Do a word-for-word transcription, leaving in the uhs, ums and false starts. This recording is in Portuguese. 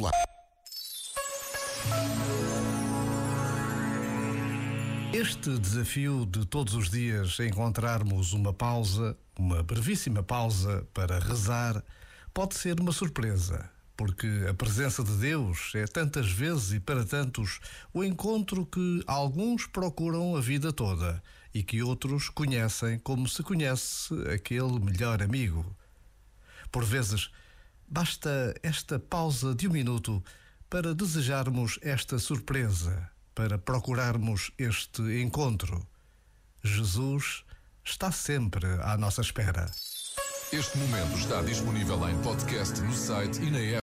Popular. Este desafio de todos os dias encontrarmos uma pausa, uma brevíssima pausa para rezar, pode ser uma surpresa, porque a presença de Deus é tantas vezes e para tantos o encontro que alguns procuram a vida toda e que outros conhecem como se conhece aquele melhor amigo. Por vezes, basta esta pausa de um minuto para desejarmos esta surpresa, para procurarmos este encontro. Jesus está sempre à nossa espera. Este momento está disponível em podcast no site e na app.